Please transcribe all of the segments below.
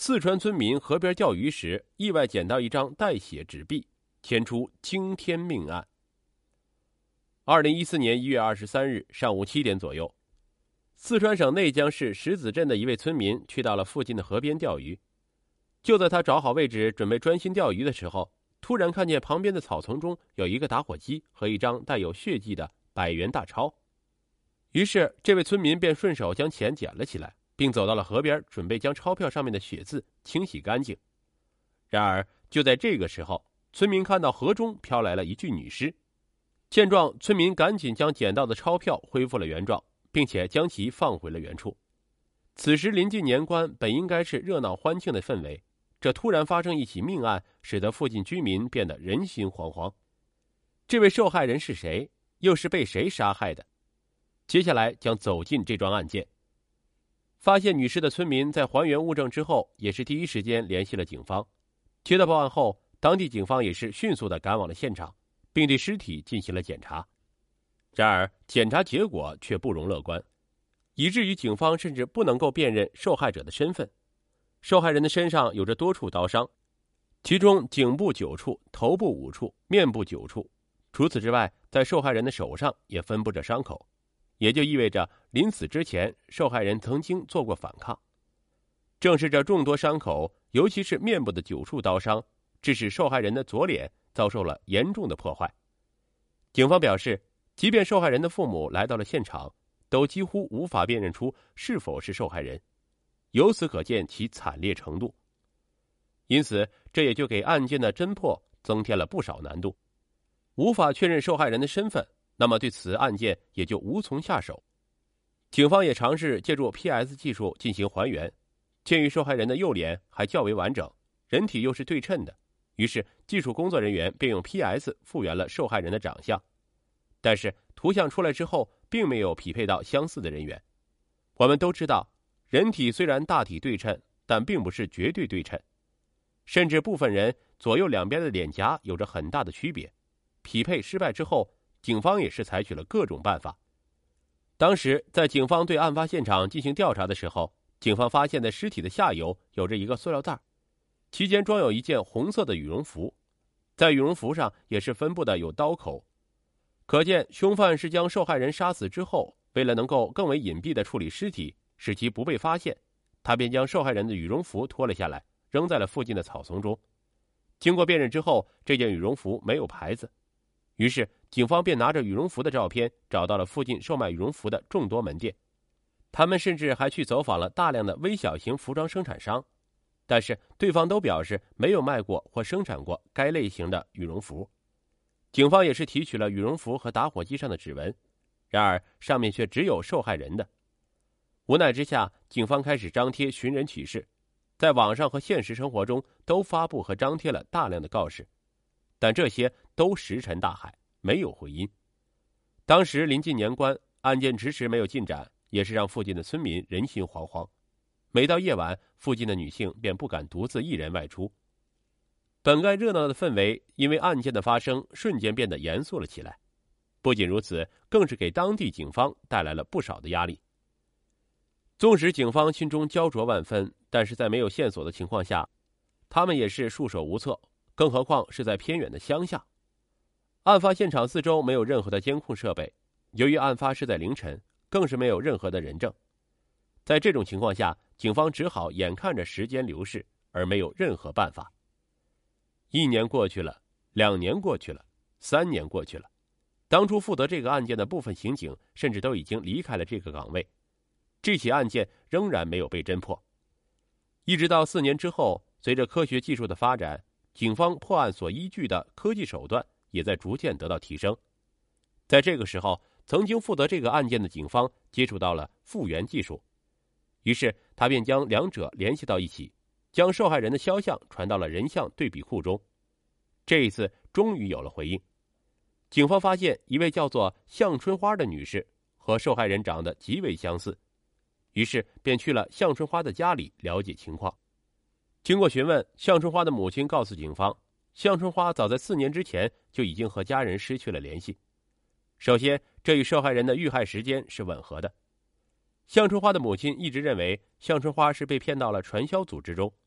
四川村民河边钓鱼时意外捡到一张带血纸币，牵出惊天命案。2014年1月23日上午7点左右，四川省内江市石子镇的一位村民去到了附近的河边钓鱼。就在他找好位置准备专心钓鱼的时候，突然看见旁边的草丛中有一个打火机和一张带有血迹的100元大钞。于是这位村民便顺手将钱捡了起来，并走到了河边，准备将钞票上面的血渍清洗干净。然而就在这个时候，村民看到河中飘来了一具女尸。见状，村民赶紧将捡到的钞票恢复了原状，并且将其放回了原处。此时临近年关，本应该是热闹欢庆的氛围，这突然发生一起命案，使得附近居民变得人心惶惶。这位受害人是谁？又是被谁杀害的？接下来将走进这桩案件。发现女尸的村民在还原物证之后，也是第一时间联系了警方。接到报案后，当地警方也是迅速地赶往了现场，并对尸体进行了检查。然而检查结果却不容乐观，以至于警方甚至不能够辨认受害者的身份。受害人的身上有着多处刀伤，其中颈部9处，头部5处，面部9处。除此之外，在受害人的手上也分布着伤口，也就意味着临死之前，受害人曾经做过反抗。正是这众多伤口，尤其是面部的9处刀伤，致使受害人的左脸遭受了严重的破坏。警方表示，即便受害人的父母来到了现场，都几乎无法辨认出是否是受害人，由此可见其惨烈程度。因此，这也就给案件的侦破增添了不少难度。无法确认受害人的身份，那么对此案件也就无从下手。警方也尝试借助 PS 技术进行还原，鉴于受害人的右脸还较为完整，人体又是对称的，于是技术工作人员便用 PS 复原了受害人的长相。但是图像出来之后，并没有匹配到相似的人员。我们都知道，人体虽然大体对称，但并不是绝对对称，甚至部分人左右两边的脸颊有着很大的区别。匹配失败之后，警方也是采取了各种办法。当时在警方对案发现场进行调查的时候，警方发现的尸体的下游有着一个塑料袋，其间装有一件红色的羽绒服，在羽绒服上也是分布的有刀口。可见凶犯是将受害人杀死之后，为了能够更为隐蔽地处理尸体，使其不被发现，他便将受害人的羽绒服脱了下来，扔在了附近的草丛中。经过辨认之后，这件羽绒服没有牌子，于是警方便拿着羽绒服的照片找到了附近售卖羽绒服的众多门店。他们甚至还去走访了大量的微小型服装生产商，但是对方都表示没有卖过或生产过该类型的羽绒服。警方也是提取了羽绒服和打火机上的指纹，然而上面却只有受害人的。无奈之下，警方开始张贴寻人启事，在网上和现实生活中都发布和张贴了大量的告示，但这些都石沉大海，没有回音。当时临近年关，案件迟迟没有进展，也是让附近的村民人心惶惶。每到夜晚，附近的女性便不敢独自一人外出。本该热闹的氛围，因为案件的发生，瞬间变得严肃了起来。不仅如此，更是给当地警方带来了不少的压力。纵使警方心中焦灼万分，但是在没有线索的情况下，他们也是束手无策，更何况是在偏远的乡下。案发现场四周没有任何的监控设备，由于案发是在凌晨，更是没有任何的人证。在这种情况下，警方只好眼看着时间流逝，而没有任何办法。1年过去了，2年过去了，3年过去了，当初负责这个案件的部分刑警甚至都已经离开了这个岗位，这起案件仍然没有被侦破。一直到4年之后，随着科学技术的发展，警方破案所依据的科技手段也在逐渐得到提升。在这个时候，曾经负责这个案件的警方接触到了复原技术，于是他便将两者联系到一起，将受害人的肖像传到了人像对比库中。这一次终于有了回应。警方发现一位叫做向春花的女士和受害人长得极为相似，于是便去了向春花的家里了解情况。经过询问，向春花的母亲告诉警方，向春花早在4年之前就已经和家人失去了联系。首先，这与受害人的遇害时间是吻合的。向春花的母亲一直认为向春花是被骗到了传销组织中，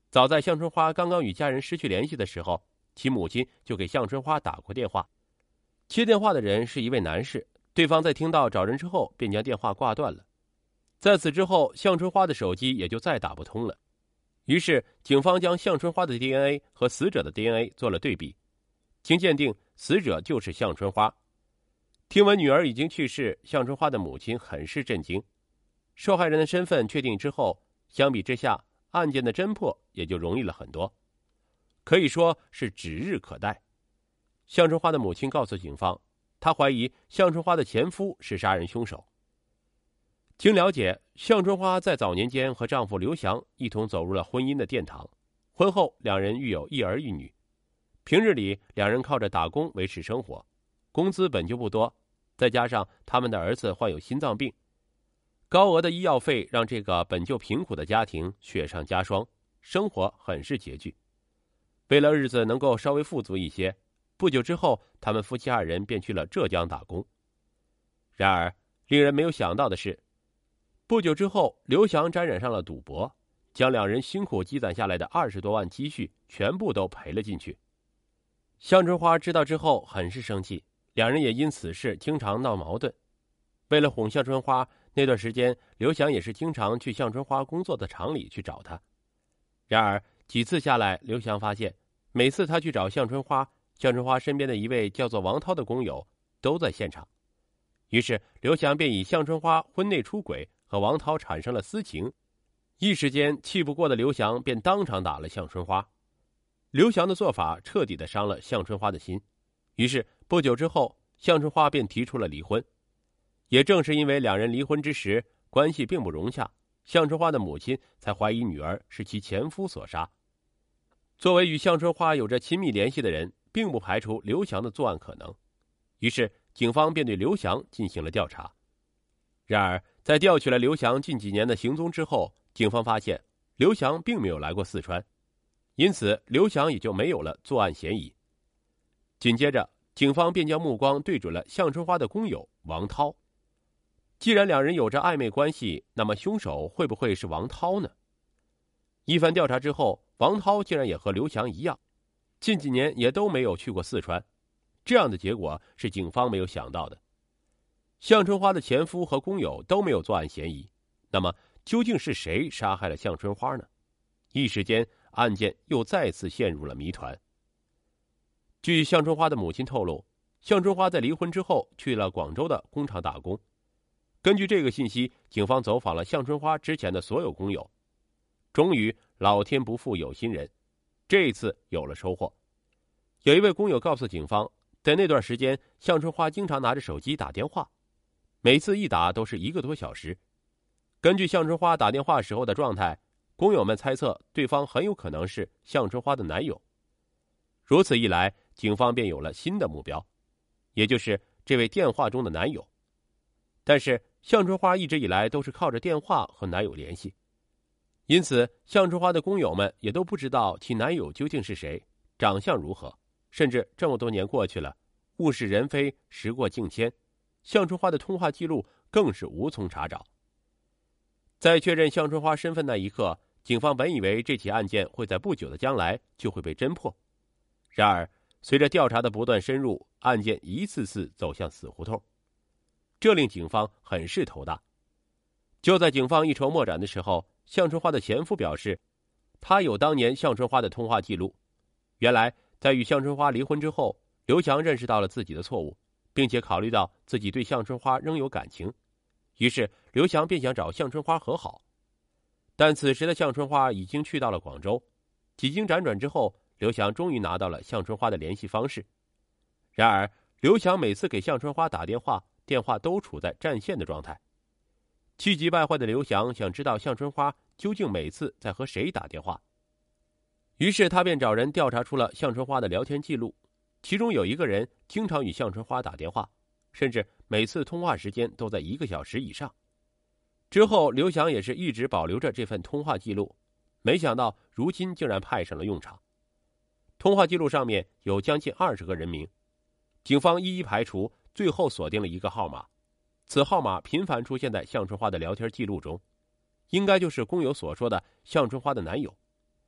早在向春花刚刚与家人失去联系的时候，其母亲就给向春花打过电话。接电话的人是一位男士，对方在听到找人之后便将电话挂断了。在此之后，向春花的手机也就再打不通了。于是警方将向春花的 DNA 和死者的 DNA 做了对比，经鉴定，死者就是向春花。听闻女儿已经去世，向春花的母亲很是震惊。受害人的身份确定之后，相比之下，案件的侦破也就容易了很多，可以说是指日可待。向春花的母亲告诉警方，她怀疑向春花的前夫是杀人凶手。经了解，向春花在早年间和丈夫刘翔一同走入了婚姻的殿堂，婚后两人育有一儿一女。平日里两人靠着打工维持生活，工资本就不多，再加上他们的儿子患有心脏病，高额的医药费让这个本就贫苦的家庭雪上加霜，生活很是拮据。为了日子能够稍微富足一些，不久之后他们夫妻二人便去了浙江打工。然而令人没有想到的是，不久之后刘翔沾染上了赌博，将两人辛苦积攒下来的20多万积蓄全部都赔了进去。向春花知道之后很是生气，两人也因此事经常闹矛盾。为了哄向春花，那段时间刘翔也是经常去向春花工作的厂里去找她。然而几次下来，刘翔发现每次他去找向春花，向春花身边的一位叫做王涛的工友都在现场。于是刘翔便以向春花婚内出轨和王涛产生了私情，一时间气不过的刘翔便当场打了向春花。刘翔的做法彻底的伤了向春花的心，于是不久之后，向春花便提出了离婚。也正是因为两人离婚之时关系并不融洽，向春花的母亲才怀疑女儿是其前夫所杀。作为与向春花有着亲密联系的人，并不排除刘翔的作案可能，于是警方便对刘翔进行了调查。然而在调取了刘翔近几年的行踪之后，警方发现刘翔并没有来过四川，因此刘翔也就没有了作案嫌疑。紧接着警方便将目光对准了向春花的工友王涛。既然两人有着暧昧关系，那么凶手会不会是王涛呢？一番调查之后，王涛竟然也和刘翔一样，近几年也都没有去过四川。这样的结果是警方没有想到的。向春花的前夫和工友都没有作案嫌疑，那么究竟是谁杀害了向春花呢？一时间案件又再次陷入了谜团。据向春花的母亲透露，向春花在离婚之后去了广州的工厂打工。根据这个信息，警方走访了向春花之前的所有工友。终于老天不负有心人，这一次有了收获。有一位工友告诉警方，在那段时间向春花经常拿着手机打电话，每次一打都是1个多小时。根据向春花打电话时候的状态，工友们猜测对方很有可能是向春花的男友。如此一来，警方便有了新的目标，也就是这位电话中的男友。但是向春花一直以来都是靠着电话和男友联系，因此向春花的工友们也都不知道其男友究竟是谁，长相如何，甚至这么多年过去了，物是人非，时过境迁，向春花的通话记录更是无从查找。在确认向春花身份那一刻，警方本以为这起案件会在不久的将来就会被侦破。然而随着调查的不断深入，案件一次次走向死胡同，这令警方很是头大。就在警方一筹莫展的时候，向春花的前夫表示，他有当年向春花的通话记录。原来在与向春花离婚之后，刘强认识到了自己的错误，并且考虑到自己对向春花仍有感情，于是刘强便想找向春花和好。但此时的向春花已经去到了广州，几经辗转之后，刘强终于拿到了向春花的联系方式。然而刘强每次给向春花打电话，电话都处在占线的状态。气急败坏的刘翔想知道向春花究竟每次在和谁打电话，于是他便找人调查出了向春花的聊天记录，其中有一个人经常与向春花打电话，甚至每次通话时间都在1个小时以上。之后刘翔也是一直保留着这份通话记录，没想到如今竟然派上了用场。通话记录上面有将近20个人名，警方一一排除，最后锁定了一个号码。此号码频繁出现在向春花的聊天记录中，应该就是工友所说的向春花的男友。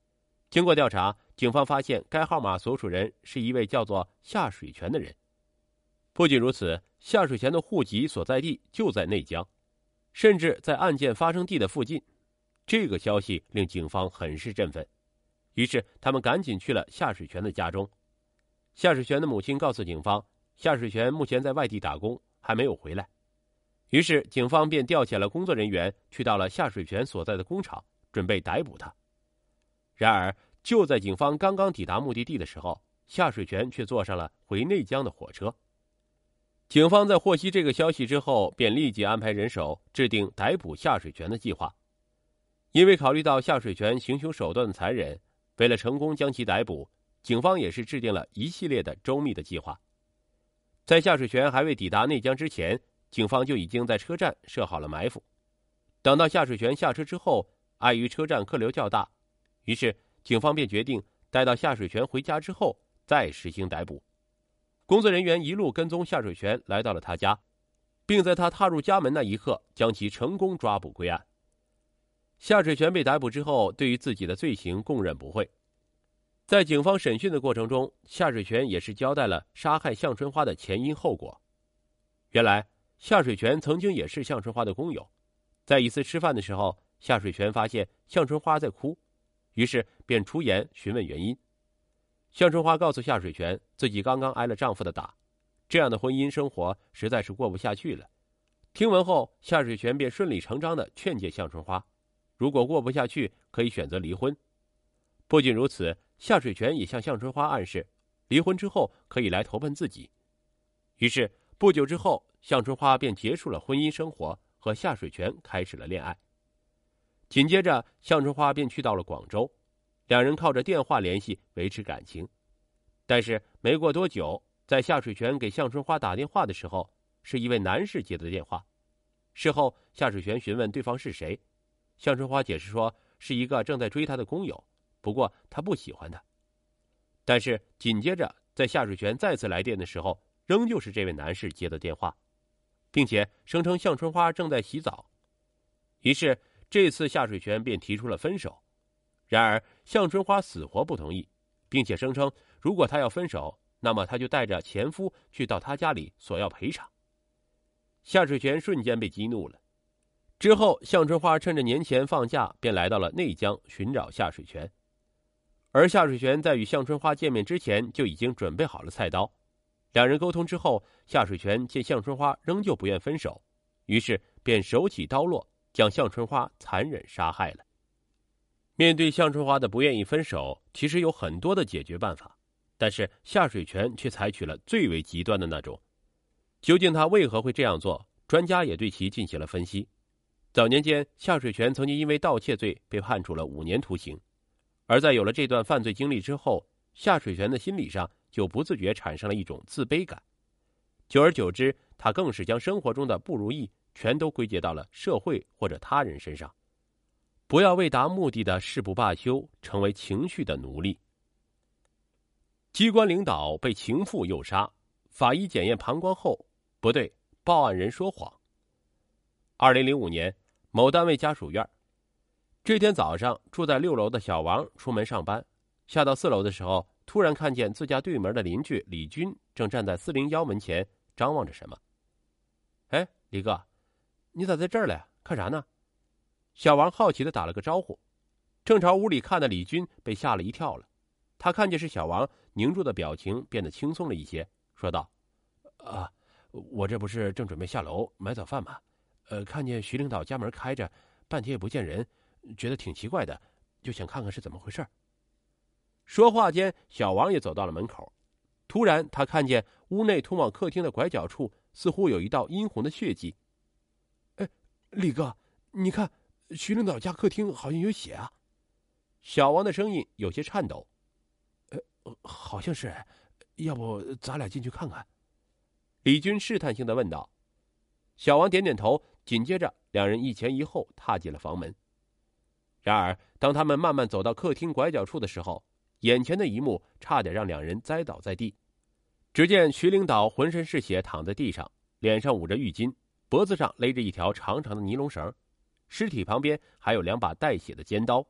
经过调查，警方发现该号码所属人是一位叫做夏水泉的人。不仅如此，夏水泉的户籍所在地就在内江，甚至在案件发生地的附近。这个消息令警方很是振奋，于是他们赶紧去了夏水泉的家中。夏水泉的母亲告诉警方，夏水泉目前在外地打工，还没有回来。于是警方便调遣了工作人员去到了夏水泉所在的工厂，准备逮捕他。然而就在警方刚刚抵达目的地的时候，夏水泉却坐上了回内江的火车。警方在获悉这个消息之后，便立即安排人手制定逮捕夏水泉的计划。因为考虑到夏水泉行凶手段的残忍，为了成功将其逮捕，警方也是制定了一系列的周密的计划。在夏水泉还未抵达内江之前，警方就已经在车站设好了埋伏。等到夏水泉下车之后，碍于车站客流较大，于是警方便决定待到夏水泉回家之后再实行逮捕。工作人员一路跟踪夏水泉来到了他家，并在他踏入家门那一刻将其成功抓捕归案。夏水泉被逮捕之后，对于自己的罪行供认不讳。在警方审讯的过程中，夏水泉也是交代了杀害向春花的前因后果。原来夏水泉曾经也是向春花的工友，在一次吃饭的时候，夏水泉发现向春花在哭，于是便出言询问原因。向春花告诉夏水泉，自己刚刚挨了丈夫的打，这样的婚姻生活实在是过不下去了。听闻后，夏水泉便顺理成章地劝诫向春花，如果过不下去，可以选择离婚。不仅如此，夏水泉也向向春花暗示，离婚之后可以来投奔自己。于是不久之后，向春花便结束了婚姻生活，和夏水泉开始了恋爱。紧接着，向春花便去到了广州，两人靠着电话联系维持感情。但是没过多久，在夏水泉给向春花打电话的时候，是一位男士接的电话。事后，夏水泉询问对方是谁，向春花解释说是一个正在追她的工友，不过他不喜欢他。但是紧接着，在夏水泉再次来电的时候，仍旧是这位男士接的电话，并且声称向春花正在洗澡。于是这次夏水泉便提出了分手。然而向春花死活不同意，并且声称如果他要分手，那么他就带着前夫去到他家里索要赔偿。夏水泉瞬间被激怒了。之后向春花趁着年前放假便来到了内江寻找夏水泉。而夏水泉在与向春花见面之前就已经准备好了菜刀。两人沟通之后，夏水泉见向春花仍旧不愿分手，于是便手起刀落，将向春花残忍杀害了。面对向春花的不愿意分手，其实有很多的解决办法，但是夏水泉却采取了最为极端的那种。究竟他为何会这样做，专家也对其进行了分析。早年间，夏水泉曾经因为盗窃罪被判处了5年徒刑，而在有了这段犯罪经历之后，夏水泉的心理上就不自觉产生了一种自卑感。久而久之，他更是将生活中的不如意全都归结到了社会或者他人身上。不要为达目的的誓不罢休，成为情绪的奴隶。机关领导被情妇诱杀，法医检验膀胱后不对，报案人说谎。2005年，某单位家属院，这天早上，住在6楼的小王出门上班，下到4楼的时候，突然看见自家对门的邻居李军正站在401门前张望着什么。哎，李哥，你咋在这儿嘞？看啥呢？小王好奇地打了个招呼，正朝屋里看的李军被吓了一跳了。他看见是小王，凝住的表情变得轻松了一些，说道：我这不是正准备下楼买早饭吗？看见徐领导家门开着，半天也不见人，觉得挺奇怪的，就想看看是怎么回事。说话间，小王也走到了门口。突然他看见屋内通往客厅的拐角处似乎有一道殷红的血迹。李哥，你看徐领导家客厅好像有血啊。小王的声音有些颤抖。好像是，要不咱俩进去看看？李军试探性地问道。小王点点头，紧接着两人一前一后踏进了房门。然而当他们慢慢走到客厅拐角处的时候，眼前的一幕差点让两人栽倒在地。只见徐领导浑身是血躺在地上，脸上捂着浴巾，脖子上勒着一条长长的尼龙绳，尸体旁边还有2把带血的尖刀。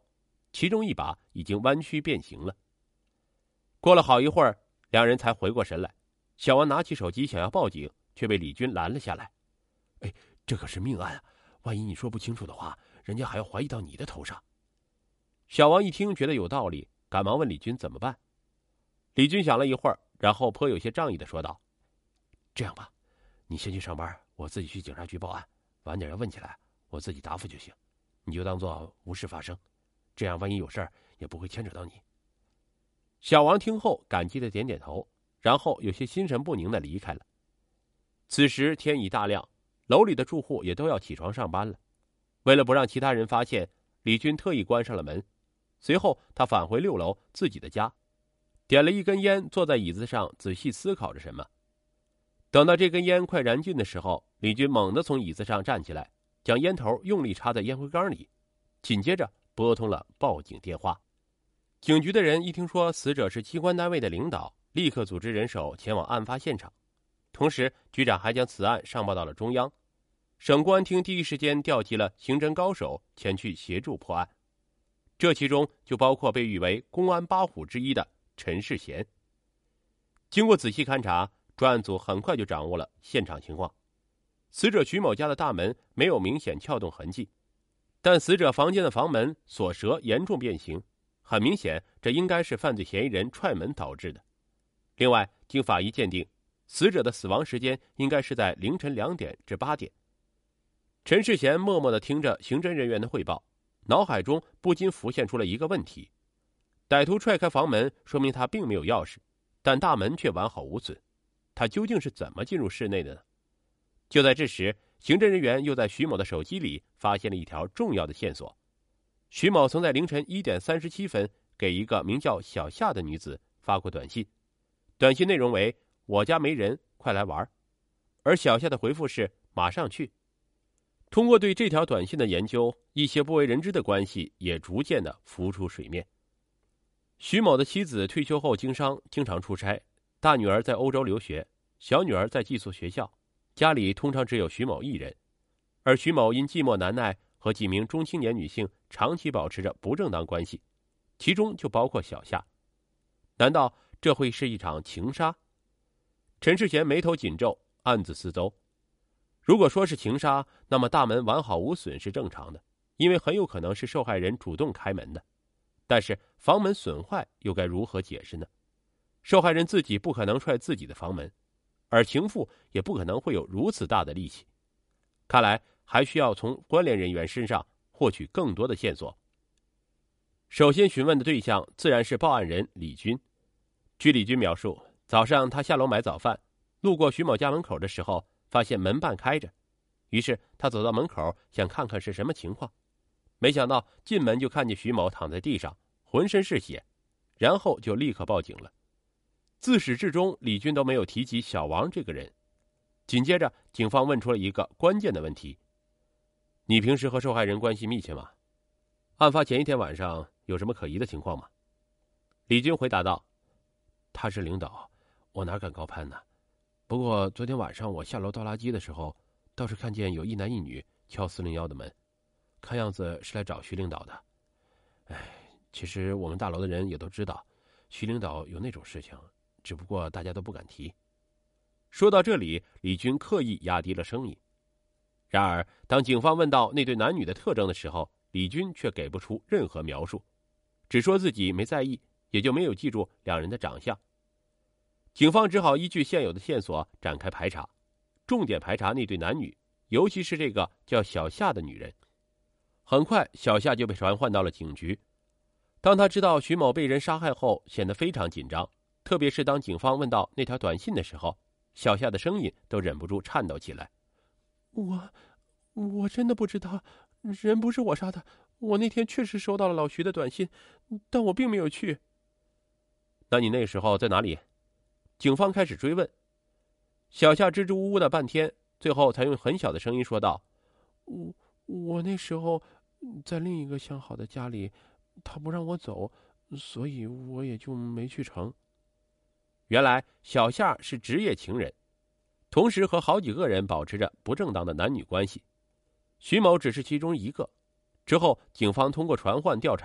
其中一把已经弯曲变形了。过了好一会儿，两人才回过神来。小王拿起手机想要报警，却被李军拦了下来。 哎，这可是命案啊，万一你说不清楚的话，人家还要怀疑到你的头上。 小王一听觉得有道理，赶忙问李军怎么办。李军想了一会儿，然后颇有些仗义的说道： 这样吧，你先去上班，我自己去警察局报案，晚点要问起来，我自己答复就行，你就当做无事发生，这样万一有事儿也不会牵扯到你。 小王听后感激的点点头，然后有些心神不宁的离开了。此时天已大亮，楼里的住户也都要起床上班了。为了不让其他人发现，李军特意关上了门。随后他返回6楼自己的家，点了一根烟，坐在椅子上仔细思考着什么。等到这根烟快燃尽的时候，李军猛地从椅子上站起来，将烟头用力插在烟灰缸里，紧接着拨通了报警电话。警局的人一听说死者是机关单位的领导，立刻组织人手前往案发现场。同时，局长还将此案上报到了中央。省公安厅第一时间调集了刑侦高手前去协助破案，这其中就包括被誉为公安8虎之一的陈世贤。经过仔细勘查，专案组很快就掌握了现场情况。死者徐某家的大门没有明显撬动痕迹，但死者房间的房门锁舌严重变形，很明显这应该是犯罪嫌疑人踹门导致的。另外，经法医鉴定，死者的死亡时间应该是在凌晨2点至8点。陈世贤默默地听着刑侦人员的汇报，脑海中不禁浮现出了一个问题：歹徒踹开房门，说明他并没有钥匙，但大门却完好无损，他究竟是怎么进入室内的呢？就在这时，刑侦人员又在徐某的手机里发现了一条重要的线索。徐某曾在凌晨1点37分给一个名叫小夏的女子发过短信，短信内容为“我家没人，快来玩”，而小夏的回复是“马上去”。通过对这条短信的研究，一些不为人知的关系也逐渐的浮出水面。徐某的妻子退休后经商，经常出差，大女儿在欧洲留学，小女儿在寄宿学校，家里通常只有徐某一人。而徐某因寂寞难耐，和几名中青年女性长期保持着不正当关系，其中就包括小夏。难道这会是一场情杀？陈世贤眉头紧皱，暗自思忖。如果说是情杀，那么大门完好无损是正常的，因为很有可能是受害人主动开门的。但是房门损坏又该如何解释呢？受害人自己不可能踹自己的房门，而情妇也不可能会有如此大的力气。看来还需要从关联人员身上获取更多的线索。首先询问的对象自然是报案人李军。据李军描述，早上他下楼买早饭，路过徐某家门口的时候，发现门半开着，于是他走到门口想看看是什么情况，没想到进门就看见徐某躺在地上，浑身是血，然后就立刻报警了。自始至终，李军都没有提及小王这个人。紧接着，警方问出了一个关键的问题：你平时和受害人关系密切吗？案发前一天晚上有什么可疑的情况吗？李军回答道：他是领导，我哪敢高攀呢？不过昨天晚上我下楼倒垃圾的时候，倒是看见有一男一女敲401的门，看样子是来找徐领导的。其实我们大楼的人也都知道，徐领导有那种事情，只不过大家都不敢提。说到这里，李军刻意压低了声音。然而，当警方问到那对男女的特征的时候，李军却给不出任何描述，只说自己没在意，也就没有记住两人的长相。警方只好依据现有的线索展开排查，重点排查那对男女，尤其是这个叫小夏的女人。很快，小夏就被传唤到了警局。当他知道徐某被人杀害后，显得非常紧张，特别是当警方问到那条短信的时候，小夏的声音都忍不住颤抖起来。我真的不知道，人不是我杀的，我那天确实收到了老徐的短信，但我并没有去。那你那时候在哪里？警方开始追问。小夏支支吾吾的半天，最后才用很小的声音说道：我那时候在另一个相好的家里，他不让我走，所以我也就没去成。原来小夏是职业情人，同时和好几个人保持着不正当的男女关系，徐某只是其中一个。之后警方通过传唤调查，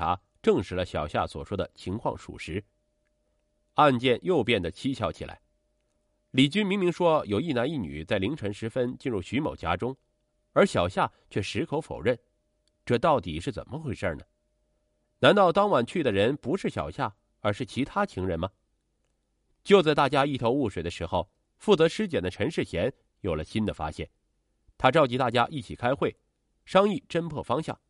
证实了小夏所说的情况属实。案件又变得蹊跷起来。李军明明说有一男一女在凌晨时分进入徐某家中，而小夏却矢口否认，这到底是怎么回事呢？难道当晚去的人不是小夏，而是其他情人吗？就在大家一头雾水的时候，负责尸检的陈世贤有了新的发现。他召集大家一起开会，商议侦破方向。